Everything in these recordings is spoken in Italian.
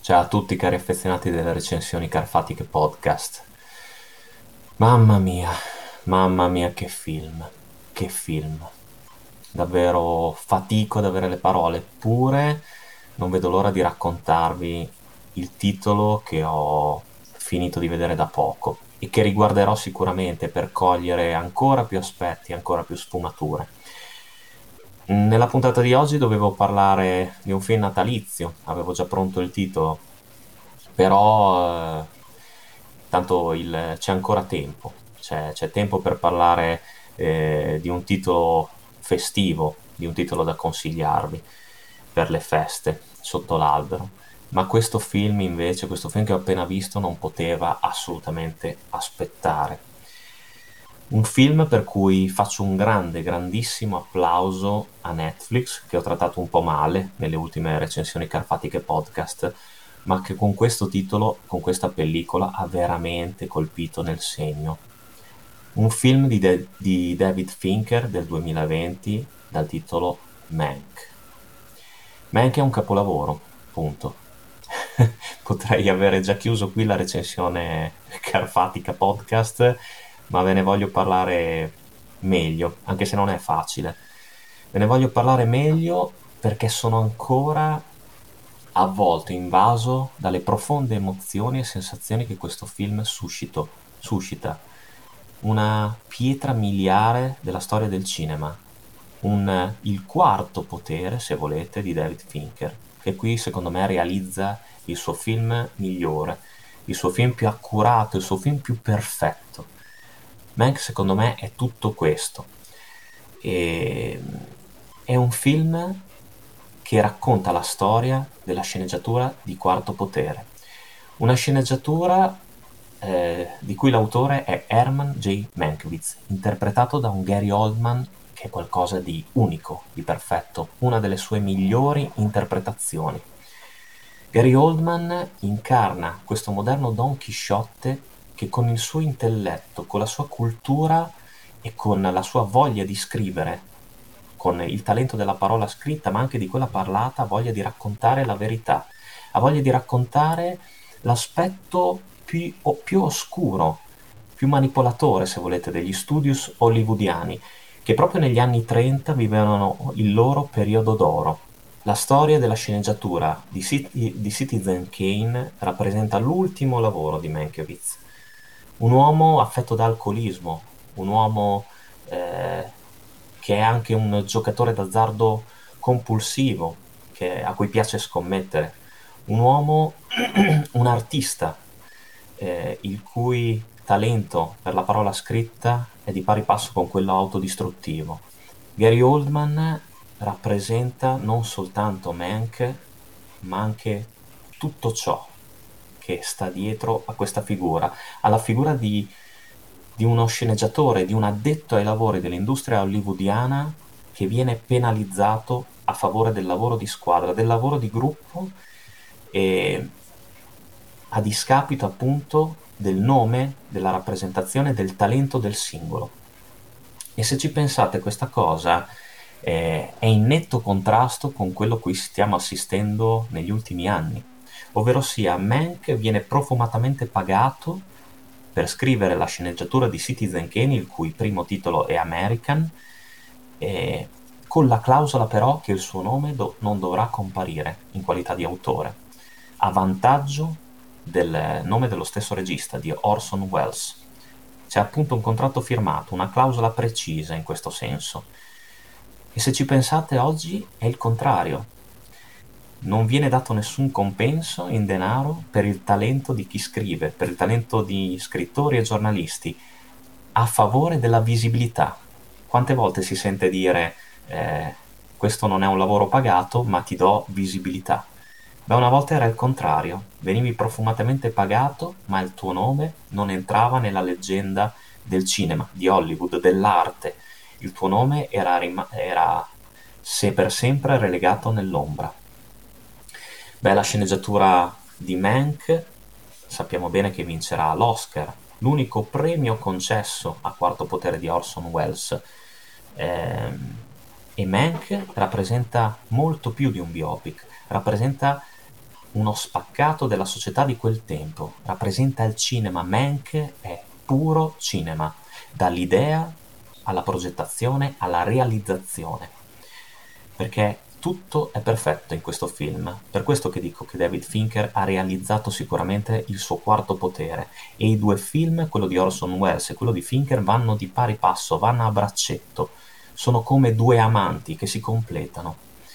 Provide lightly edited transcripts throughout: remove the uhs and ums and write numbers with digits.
Ciao a tutti cari affezionati delle recensioni Carfatiche Podcast. Mamma mia che film, che film. Davvero fatico ad avere le parole, eppure non vedo l'ora di raccontarvi il titolo che ho finito di vedere da poco e che riguarderò sicuramente per cogliere ancora più aspetti, ancora più sfumature. Nella puntata di oggi dovevo parlare di un film natalizio, avevo già pronto il titolo, però tanto c'è ancora tempo, c'è tempo per parlare di un titolo festivo, di un titolo da consigliarvi per le feste sotto l'albero. Ma questo film invece, questo film che ho appena visto, non poteva assolutamente aspettare. Un film per cui faccio un grandissimo applauso a Netflix, che ho trattato un po' male nelle ultime recensioni Carfatiche Podcast, ma che con questo titolo, con questa pellicola, ha veramente colpito nel segno. Un film di David Fincher del 2020 dal titolo Mank. Mank è un capolavoro, punto. Potrei avere già chiuso qui la recensione Carfatica Podcast, ma ve ne voglio parlare meglio, anche se non è facile. Ve ne voglio parlare meglio perché sono ancora avvolto, invaso dalle profonde emozioni e sensazioni che questo film suscita. Una pietra miliare della storia del cinema, il quarto potere, se volete, di David Fincher, che qui secondo me realizza il suo film migliore, il suo film più accurato, il suo film più perfetto. Mank secondo me è tutto questo. E, è un film che racconta la storia della sceneggiatura di Quarto Potere. Una sceneggiatura di cui l'autore è Herman J. Mankiewicz, interpretato da un Gary Oldman che è qualcosa di unico, di perfetto, una delle sue migliori interpretazioni. Gary Oldman incarna questo moderno Don Chisciotte che con il suo intelletto, con la sua cultura e con la sua voglia di scrivere, con il talento della parola scritta, ma anche di quella parlata, ha voglia di raccontare la verità, ha voglia di raccontare l'aspetto più oscuro, più manipolatore, se volete, degli studios hollywoodiani, che proprio negli anni 30 vivevano il loro periodo d'oro. La storia della sceneggiatura di Citizen Kane rappresenta l'ultimo lavoro di Mankiewicz. Un uomo affetto da alcolismo, un uomo eh, che è anche un giocatore d'azzardo compulsivo, a cui piace scommettere, un uomo, un artista, il cui talento per la parola scritta è di pari passo con quello autodistruttivo. Gary Oldman rappresenta non soltanto Mank, ma anche tutto ciò che sta dietro a questa figura, alla figura di uno sceneggiatore, di un addetto ai lavori dell'industria hollywoodiana che viene penalizzato a favore del lavoro di squadra, del lavoro di gruppo e a discapito appunto del nome, della rappresentazione, del talento del singolo. E se ci pensate, questa cosa è in netto contrasto con quello a cui stiamo assistendo negli ultimi anni, ovvero sia Mank viene profumatamente pagato per scrivere la sceneggiatura di Citizen Kane, il cui primo titolo è American, e con la clausola però che il suo nome non dovrà comparire in qualità di autore, a vantaggio del nome dello stesso regista, di Orson Welles. C'è appunto un contratto firmato, una clausola precisa in questo senso. E se ci pensate oggi è il contrario. Non viene dato nessun compenso in denaro per il talento di chi scrive, per il talento di scrittori e giornalisti, a favore della visibilità. Quante volte si sente dire questo non è un lavoro pagato, ma ti do visibilità. Beh, una volta era il contrario, venivi profumatamente pagato, ma il tuo nome non entrava nella leggenda del cinema, di Hollywood, dell'arte. Il tuo nome era se per sempre relegato nell'ombra. Beh, la sceneggiatura di Mank sappiamo bene che vincerà l'Oscar, l'unico premio concesso a Quarto Potere di Orson Welles. E Mank rappresenta molto più di un biopic, rappresenta uno spaccato della società di quel tempo, rappresenta il cinema. Mank è puro cinema, dall'idea alla progettazione alla realizzazione, perché tutto è perfetto in questo film. Per questo che dico che David Fincher ha realizzato sicuramente il suo quarto potere, e i due film, quello di Orson Welles e quello di Fincher, vanno di pari passo, vanno a braccetto, sono come due amanti che si completano.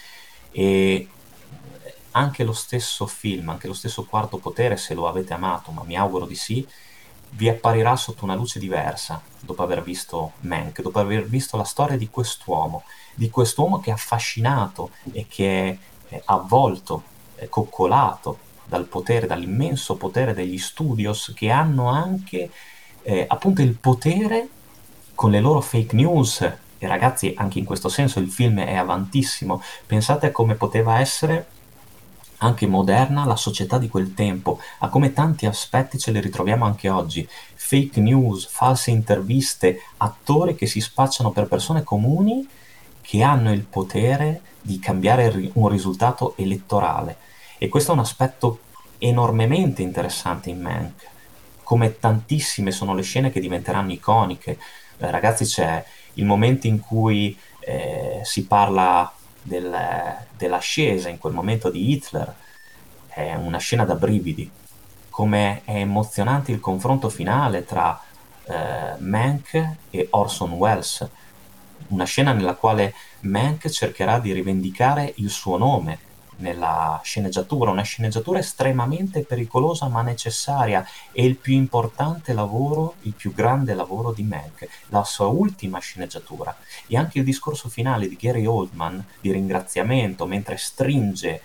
E anche lo stesso film, anche lo stesso quarto potere, se lo avete amato, ma mi auguro di sì, vi apparirà sotto una luce diversa dopo aver visto Mank, dopo aver visto la storia di quest'uomo che è affascinato e che è avvolto, è coccolato dal potere, dall'immenso potere degli studios, che hanno anche appunto il potere con le loro fake news. E ragazzi, anche in questo senso il film è avantissimo. Pensate a come poteva essere anche moderna la società di quel tempo, a come tanti aspetti ce li ritroviamo anche oggi. Fake news, false interviste, attori che si spacciano per persone comuni che hanno il potere di cambiare un risultato elettorale. E questo è un aspetto enormemente interessante in Mank. Come tantissime sono le scene che diventeranno iconiche. Ragazzi, c'è il momento in cui si parla dell'ascesa, in quel momento di Hitler, è una scena da brividi. Come è emozionante il confronto finale tra Mank e Orson Welles, una scena nella quale Mank cercherà di rivendicare il suo nome nella sceneggiatura, una sceneggiatura estremamente pericolosa ma necessaria, e il più importante lavoro, il più grande lavoro di Mank, la sua ultima sceneggiatura. E anche il discorso finale di Gary Oldman di ringraziamento mentre stringe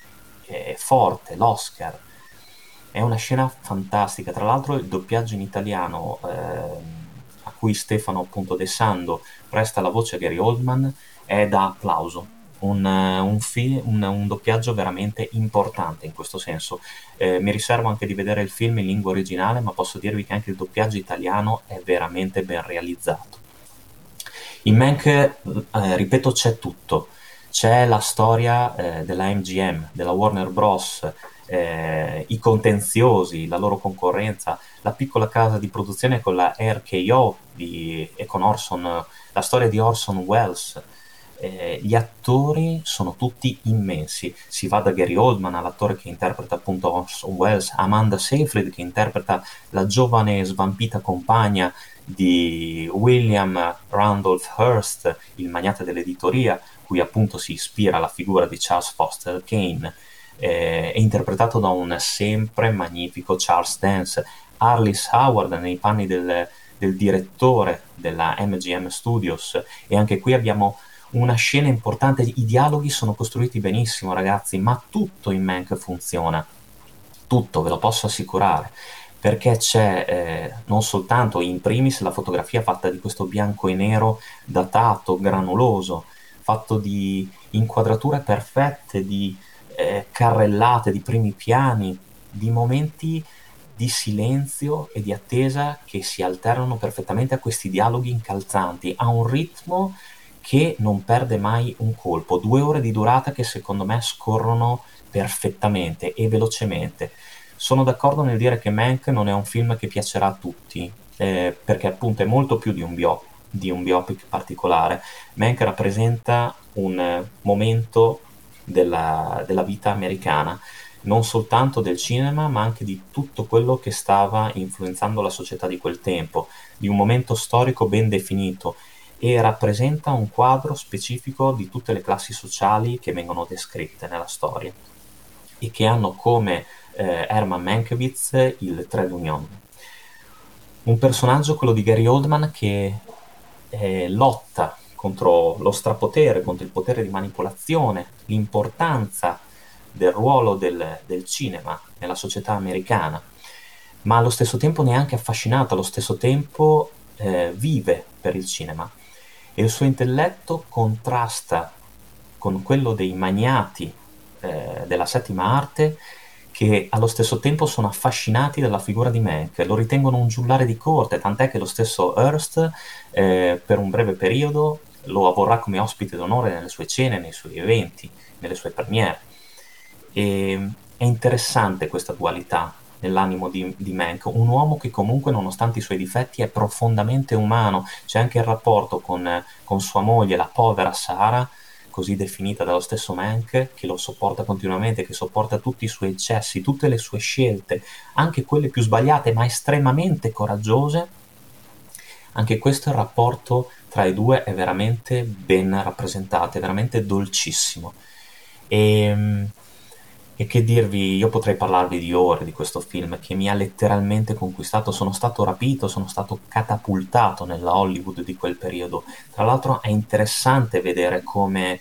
forte l'Oscar è una scena fantastica. Tra l'altro il doppiaggio in italiano, a cui Stefano appunto De Sando presta la voce a Gary Oldman, è da applauso. Un doppiaggio veramente importante in questo senso. Mi riservo anche di vedere il film in lingua originale, ma posso dirvi che anche il doppiaggio italiano è veramente ben realizzato. In Mank, ripeto, c'è tutto. C'è la storia della MGM, della Warner Bros., i contenziosi, la loro concorrenza, la piccola casa di produzione con la RKO e con Orson, la storia di Orson Welles. Gli attori sono tutti immensi. Si va da Gary Oldman all'attore che interpreta appunto Orson Welles, Amanda Seyfried che interpreta la giovane svampita compagna di William Randolph Hearst, il magnate dell'editoria, cui appunto si ispira alla figura di Charles Foster Kane, è interpretato da un sempre magnifico Charles Dance. Arliss Howard nei panni del direttore della MGM Studios, e anche qui abbiamo una scena importante. I dialoghi sono costruiti benissimo, ragazzi, ma tutto in Mank funziona. Tutto, ve lo posso assicurare, perché c'è non soltanto in primis la fotografia fatta di questo bianco e nero datato, granuloso, fatto di inquadrature perfette, di carrellate, di primi piani, di momenti di silenzio e di attesa che si alternano perfettamente a questi dialoghi incalzanti, a un ritmo che non perde mai un colpo, 2 ore di durata che secondo me scorrono perfettamente e velocemente. Sono d'accordo nel dire che Mank non è un film che piacerà a tutti, perché appunto è molto più di un biopic particolare. Mank rappresenta un momento della vita americana, non soltanto del cinema, ma anche di tutto quello che stava influenzando la società di quel tempo, di un momento storico ben definito, e rappresenta un quadro specifico di tutte le classi sociali che vengono descritte nella storia e che hanno come Herman Mankiewicz il trade union. Un personaggio, quello di Gary Oldman, che lotta contro lo strapotere, contro il potere di manipolazione, l'importanza del ruolo del cinema nella società americana, ma allo stesso tempo neanche affascinato, allo stesso tempo vive per il cinema, e il suo intelletto contrasta con quello dei magnati della settima arte, che allo stesso tempo sono affascinati dalla figura di Mank, lo ritengono un giullare di corte, tant'è che lo stesso Hearst per un breve periodo lo avrà come ospite d'onore nelle sue cene, nei suoi eventi, nelle sue premiere. E è interessante questa dualità nell'animo di Mank, un uomo che comunque nonostante i suoi difetti è profondamente umano. C'è anche il rapporto con sua moglie, la povera Sara, così definita dallo stesso Mank, che lo sopporta continuamente, che sopporta tutti i suoi eccessi, tutte le sue scelte, anche quelle più sbagliate ma estremamente coraggiose. Anche questo il rapporto tra i due è veramente ben rappresentato, è veramente dolcissimo. E, e che dirvi, io potrei parlarvi di ore di questo film che mi ha letteralmente conquistato, sono stato rapito, sono stato catapultato nella Hollywood di quel periodo. Tra l'altro è interessante vedere come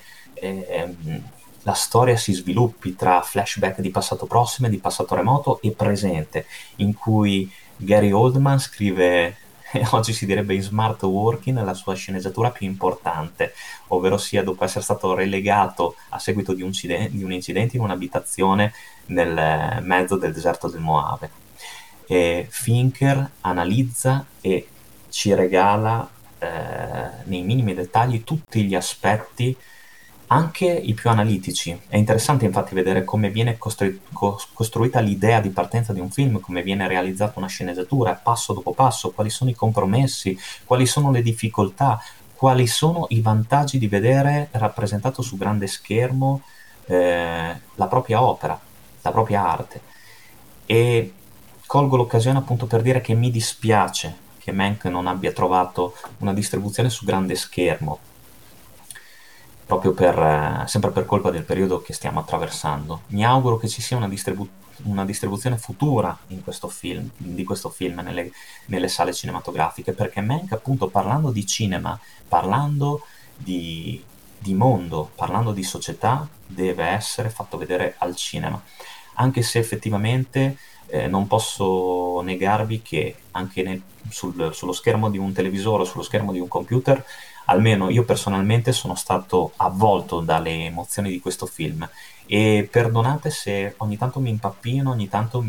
la storia si sviluppi tra flashback di passato prossimo e di passato remoto e presente, in cui Gary Oldman scrive, oggi si direbbe in smart working, la sua sceneggiatura più importante, ovvero sia dopo essere stato relegato a seguito di un incidente in un'abitazione nel mezzo del deserto del Moave. E Fincher analizza e ci regala nei minimi dettagli tutti gli aspetti, anche i più analitici. È interessante infatti vedere come viene costruita l'idea di partenza di un film, come viene realizzata una sceneggiatura, passo dopo passo, quali sono i compromessi, quali sono le difficoltà, quali sono i vantaggi di vedere rappresentato su grande schermo la propria opera, la propria arte. E colgo l'occasione appunto per dire che mi dispiace che Mank non abbia trovato una distribuzione su grande schermo, proprio sempre per colpa del periodo che stiamo attraversando. Mi auguro che ci sia una distribuzione futura di questo film nelle sale cinematografiche, perché Mank, appunto, parlando di cinema, parlando di mondo, parlando di società, deve essere fatto vedere al cinema. Anche se effettivamente non posso negarvi che anche sullo schermo di un televisore o sullo schermo di un computer, almeno io personalmente sono stato avvolto dalle emozioni di questo film. E perdonate se ogni tanto mi impappino, ogni tanto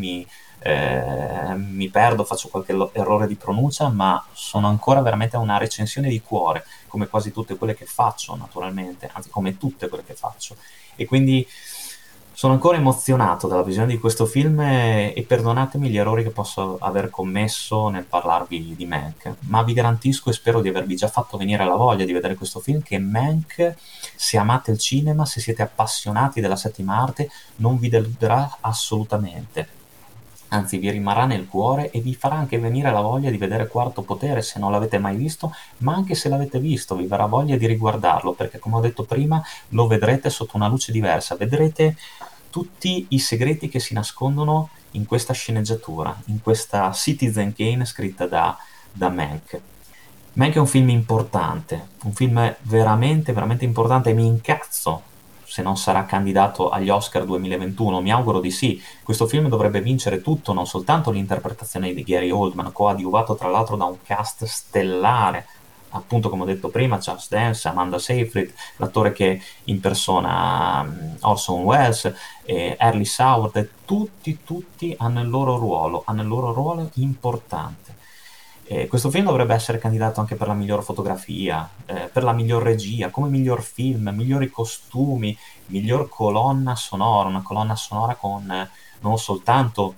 mi perdo, faccio qualche errore di pronuncia, ma sono ancora veramente a una recensione di cuore, come quasi tutte quelle che faccio, naturalmente, anzi come tutte quelle che faccio. E quindi sono ancora emozionato dalla visione di questo film e perdonatemi gli errori che posso aver commesso nel parlarvi di Mank, ma vi garantisco e spero di avervi già fatto venire la voglia di vedere questo film, che Mank, se amate il cinema, se siete appassionati della settima arte, non vi deluderà assolutamente. Anzi, vi rimarrà nel cuore e vi farà anche venire la voglia di vedere Quarto Potere se non l'avete mai visto, ma anche se l'avete visto vi verrà voglia di riguardarlo, perché come ho detto prima lo vedrete sotto una luce diversa, vedrete tutti i segreti che si nascondono in questa sceneggiatura, in questa Citizen Kane scritta da Mank. Mank è un film importante, un film veramente, veramente importante e mi incazzo se non sarà candidato agli Oscar 2021, mi auguro di sì. Questo film dovrebbe vincere tutto, non soltanto l'interpretazione di Gary Oldman, coadiuvato tra l'altro da un cast stellare, appunto come ho detto prima, Charles Dance, Amanda Seyfried, l'attore che impersona Orson Welles, Early Sauer, tutti hanno il loro ruolo importante. Questo film dovrebbe essere candidato anche per la miglior fotografia, per la miglior regia, come miglior film, migliori costumi, miglior colonna sonora, una colonna sonora con non soltanto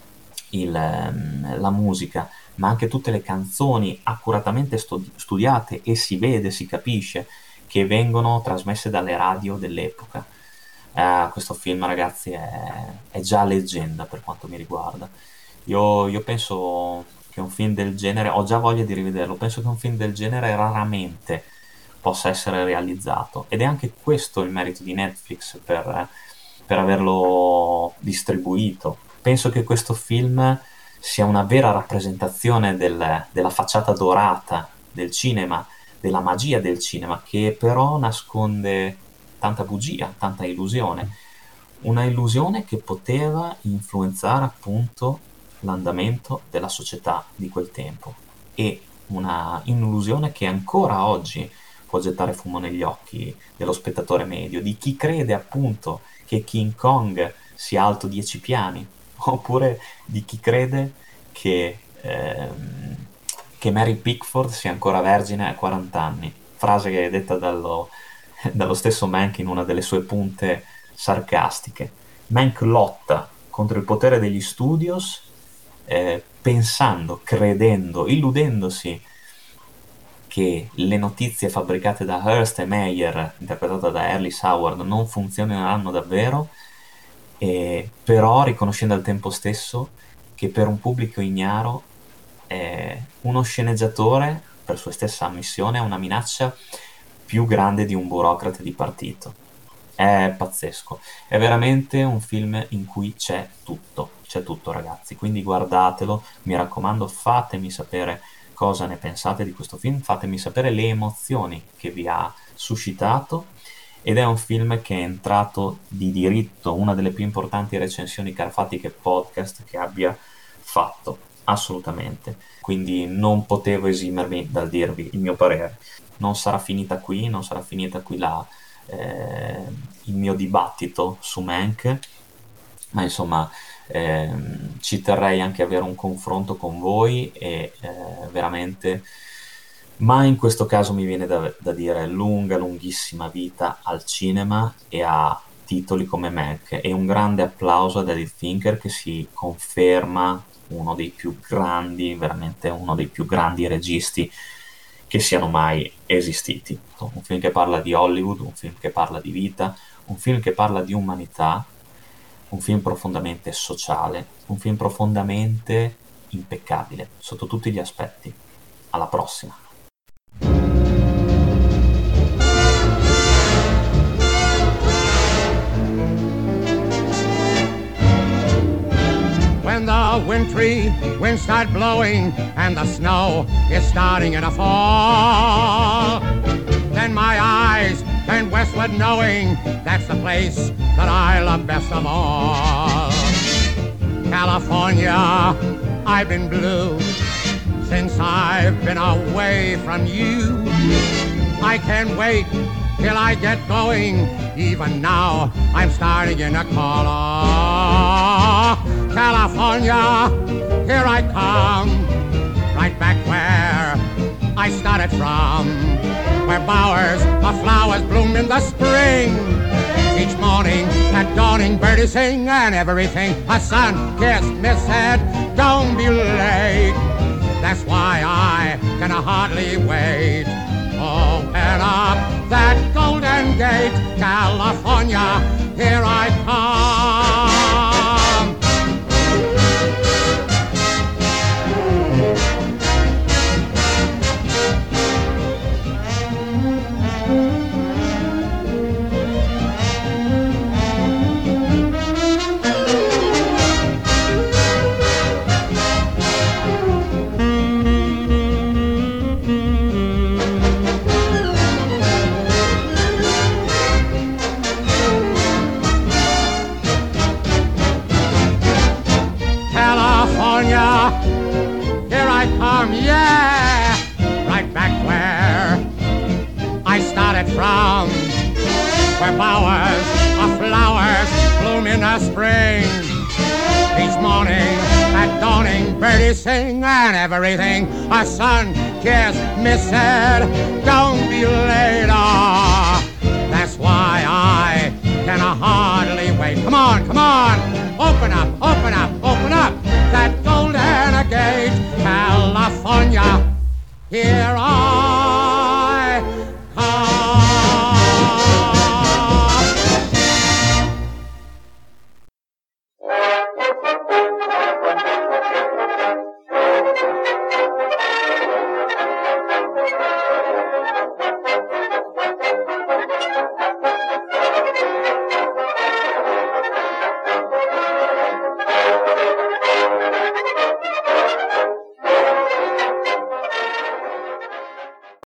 la musica, ma anche tutte le canzoni accuratamente studiate e si vede, si capisce che vengono trasmesse dalle radio dell'epoca. Questo film, ragazzi, è già leggenda per quanto mi riguarda. Io penso che un film del genere, ho già voglia di rivederlo, penso che un film del genere raramente possa essere realizzato. Ed è anche questo il merito di Netflix per averlo distribuito. Penso che questo film sia una vera rappresentazione della facciata dorata del cinema, della magia del cinema, che però nasconde tanta bugia, tanta illusione. Una illusione che poteva influenzare appunto l'andamento della società di quel tempo e una illusione che ancora oggi può gettare fumo negli occhi dello spettatore medio, di chi crede appunto che King Kong sia alto 10 piani, oppure di chi crede che Mary Pickford sia ancora vergine a 40 anni, frase che è detta dallo stesso Mank in una delle sue punte sarcastiche. Mank lotta contro il potere degli studios, pensando, credendo, illudendosi che le notizie fabbricate da Hearst e Meyer, interpretata da Erlis Howard, non funzioneranno davvero, però riconoscendo al tempo stesso che per un pubblico ignaro uno sceneggiatore, per sua stessa ammissione, ha una minaccia più grande di un burocrate di partito. È pazzesco, è veramente un film in cui c'è tutto ragazzi, quindi guardatelo, mi raccomando, fatemi sapere cosa ne pensate di questo film, fatemi sapere le emozioni che vi ha suscitato, ed è un film che è entrato di diritto, una delle più importanti recensioni carfatiche podcast che abbia fatto, assolutamente. Quindi non potevo esimermi dal dirvi il mio parere. Non sarà finita qui, non sarà finita qui il mio dibattito su Mank, ma insomma ci terrei anche a avere un confronto con voi e veramente, ma in questo caso mi viene da dire lunghissima vita al cinema e a titoli come Mank, e un grande applauso a David Fincher, che si conferma uno dei più grandi, veramente uno dei più grandi registi che siano mai esistiti. Un film che parla di Hollywood, un film che parla di vita, un film che parla di umanità, un film profondamente sociale, un film profondamente impeccabile sotto tutti gli aspetti. Alla prossima. When the wintry winds start blowing and the snow is starting to fall, then my eyes turn westward knowing that's the place that I love best of all. California, I've been blue since I've been away from you. I can't wait till I get going. Even now, I'm starting to call. Oh, California, here I come, right back where I started from, where bowers of flowers bloom in the spring. Each morning at dawning birdies sing, and everything a sun-kissed miss said, don't be late. That's why I can hardly wait. Open up that golden gate, California, here I come. Here I come, yeah, right back where I started from, where bowers of flowers bloom in the spring. Each morning at dawning birdies sing, and everything a sun-kissed miss said, don't be late. Oh, that's why I can hardly wait. Come on, open up, open up that golden gate, California, here I